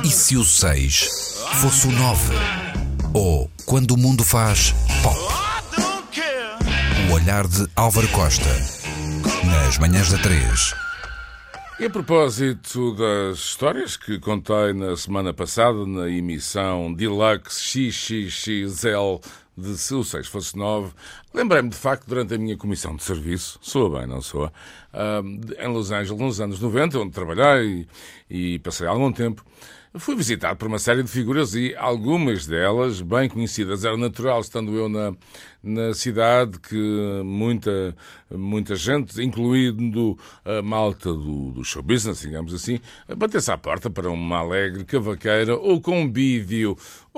E se o 6 fosse o 9? Ou quando o mundo faz pop? O olhar de Álvaro Costa, nas manhãs da 3. E a propósito das histórias que contei na semana passada, na emissão Deluxe XXXL de Se o 6 fosse 9, lembrei-me de facto durante a minha comissão de serviço, soa bem, não soa, em Los Angeles, nos anos 90, onde trabalhei e passei algum tempo, fui visitado por uma série de figuras e algumas delas bem conhecidas. Era natural, estando eu na cidade, que muita gente, incluindo a malta do show business, digamos assim, batesse à porta para uma alegre cavaqueira ou convívio,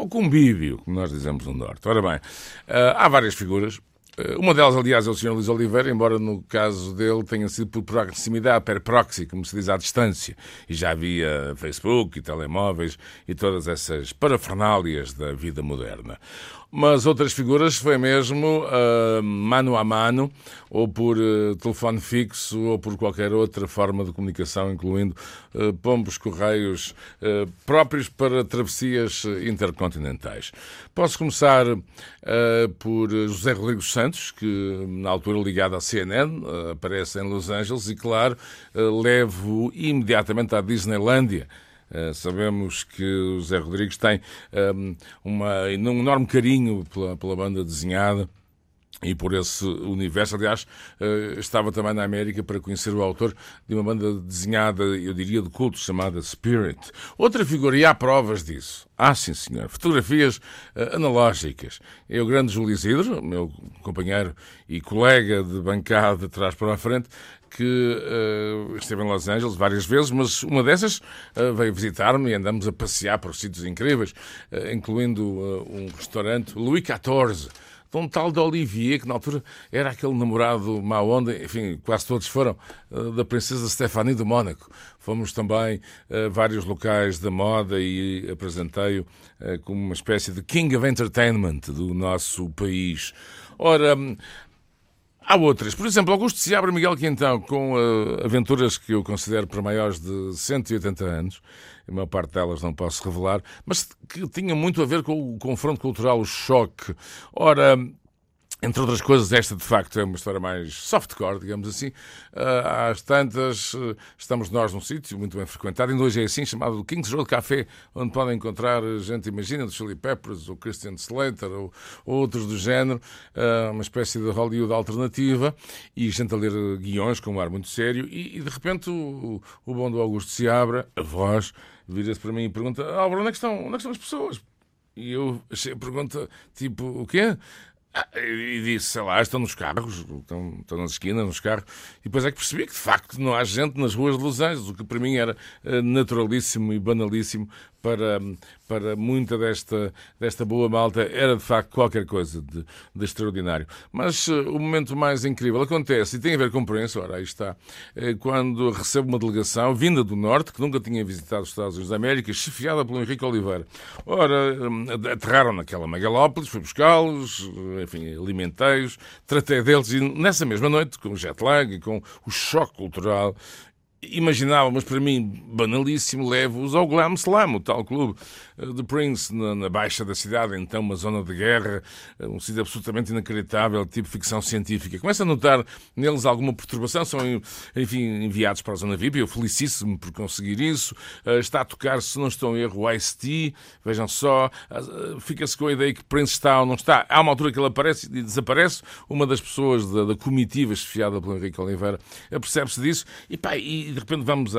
como nós dizemos no Norte. Ora bem, há várias figuras. Uma delas, aliás, é o Sr. Luís Oliveira, embora no caso dele tenha sido por proximidade, per proxy, como se diz, à distância. E já havia Facebook e telemóveis e todas essas parafernálias da vida moderna. Mas outras figuras foi mesmo mano a mano, ou por telefone fixo, ou por qualquer outra forma de comunicação, incluindo pombos correios próprios para travessias intercontinentais. Posso começar por José Rodrigues Santos, que na altura ligado à CNN, aparece em Los Angeles e, claro, levo imediatamente à Disneylândia. Sabemos que o José Rodrigues tem um enorme carinho pela banda desenhada e por esse universo. Aliás, estava também na América para conhecer o autor de uma banda desenhada, eu diria, de culto, chamada Spirit. Outra figura, e há provas disso. Sim senhor, fotografias analógicas. É o grande Júlio Isidro, meu companheiro e colega de bancada de trás para a frente, que esteve em Los Angeles várias vezes, mas uma dessas veio visitar-me e andamos a passear por sítios incríveis, incluindo um restaurante, Louis XIV, de um tal de Olivier, que na altura era aquele namorado má onda, enfim, quase todos foram, da princesa Stéphanie de Mónaco. Fomos também a vários locais da moda e apresentei-o como uma espécie de King of Entertainment do nosso país. Ora, há outras. Por exemplo, Augusto Seabra e Miguel Quintão, com aventuras que eu considero para maiores de 180 anos. A maior parte delas não posso revelar, mas que tinham muito a ver com o confronto cultural, o choque. Ora, entre outras coisas, esta de facto é uma história mais softcore, digamos assim. Às tantas, estamos nós num sítio muito bem frequentado, ainda hoje é assim, chamado King's Road Café, onde podem encontrar gente, imagina, dos Chili Peppers, ou Christian Slater, ou outros do género, uma espécie de Hollywood alternativa, e gente a ler guiões com um ar muito sério, e de repente o bom do Augusto Seabra, a voz, vira-se para mim e pergunta: Álvaro, onde é que estão as pessoas? E eu achei a pergunta, tipo, o quê? E disse, sei lá, estão nos carros, estão nas esquinas, nos carros. E depois é que percebi que, de facto, não há gente nas ruas de Los Angeles, o que para mim era naturalíssimo e banalíssimo. Para muita desta boa malta era de facto qualquer coisa de extraordinário. Mas o momento mais incrível acontece, e tem a ver com o Prince, ora, aí está, quando recebo uma delegação vinda do Norte, que nunca tinha visitado os Estados Unidos da América, chefiada pelo Henrique Oliveira. Ora, aterraram naquela megalópolis, fui buscá-los, enfim, alimentei-os, tratei deles, e nessa mesma noite, com o jet lag e com o choque cultural, imaginava, mas para mim banalíssimo, levo-os ao Glam Slam, o tal clube de Prince, na baixa da cidade, então uma zona de guerra, um sítio absolutamente inacreditável, tipo ficção científica. Começo a notar neles alguma perturbação, são, enfim, enviados para a zona VIP, eu felicíssimo por conseguir isso. Está a tocar, se não estou em erro, o Ice-T, vejam só, fica-se com a ideia que Prince está ou não está. Há uma altura que ele aparece e desaparece, uma das pessoas da comitiva chefiada pelo Henrique Oliveira apercebe-se disso, e de repente vamos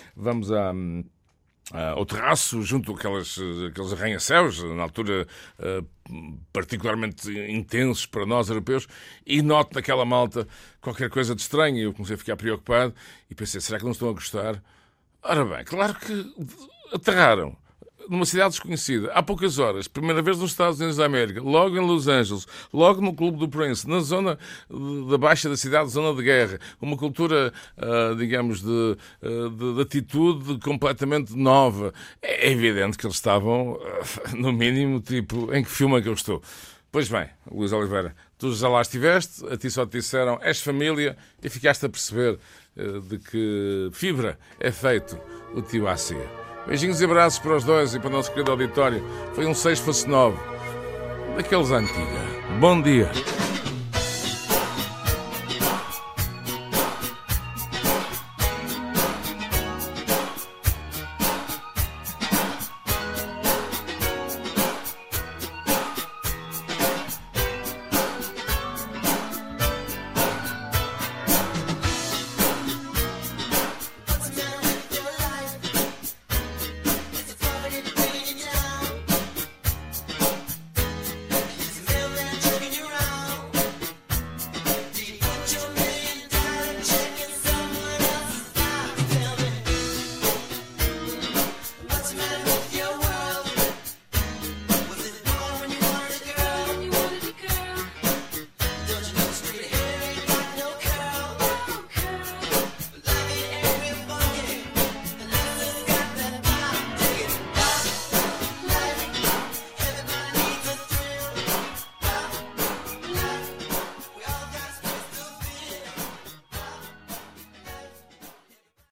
ao terraço, junto àqueles arranha-céus, na altura particularmente intensos para nós europeus, e noto naquela malta qualquer coisa de estranho. Eu comecei a ficar preocupado e pensei, será que não estão a gostar? Ora bem, claro que aterraram numa cidade desconhecida, há poucas horas, primeira vez nos Estados Unidos da América, logo em Los Angeles, logo no Clube do Prince, na zona da baixa da cidade, zona de guerra, uma cultura, digamos, de atitude completamente nova. É evidente que eles estavam, no mínimo, tipo, em que filme é que eu estou? Pois bem, Luís Oliveira, tu já lá estiveste, a ti só te disseram, és família, e ficaste a perceber de que fibra é feito o tio Ácia. Beijinhos e abraços para os dois e para o nosso querido auditório. Foi um 6 fosse 9, daqueles antiga. Bom dia.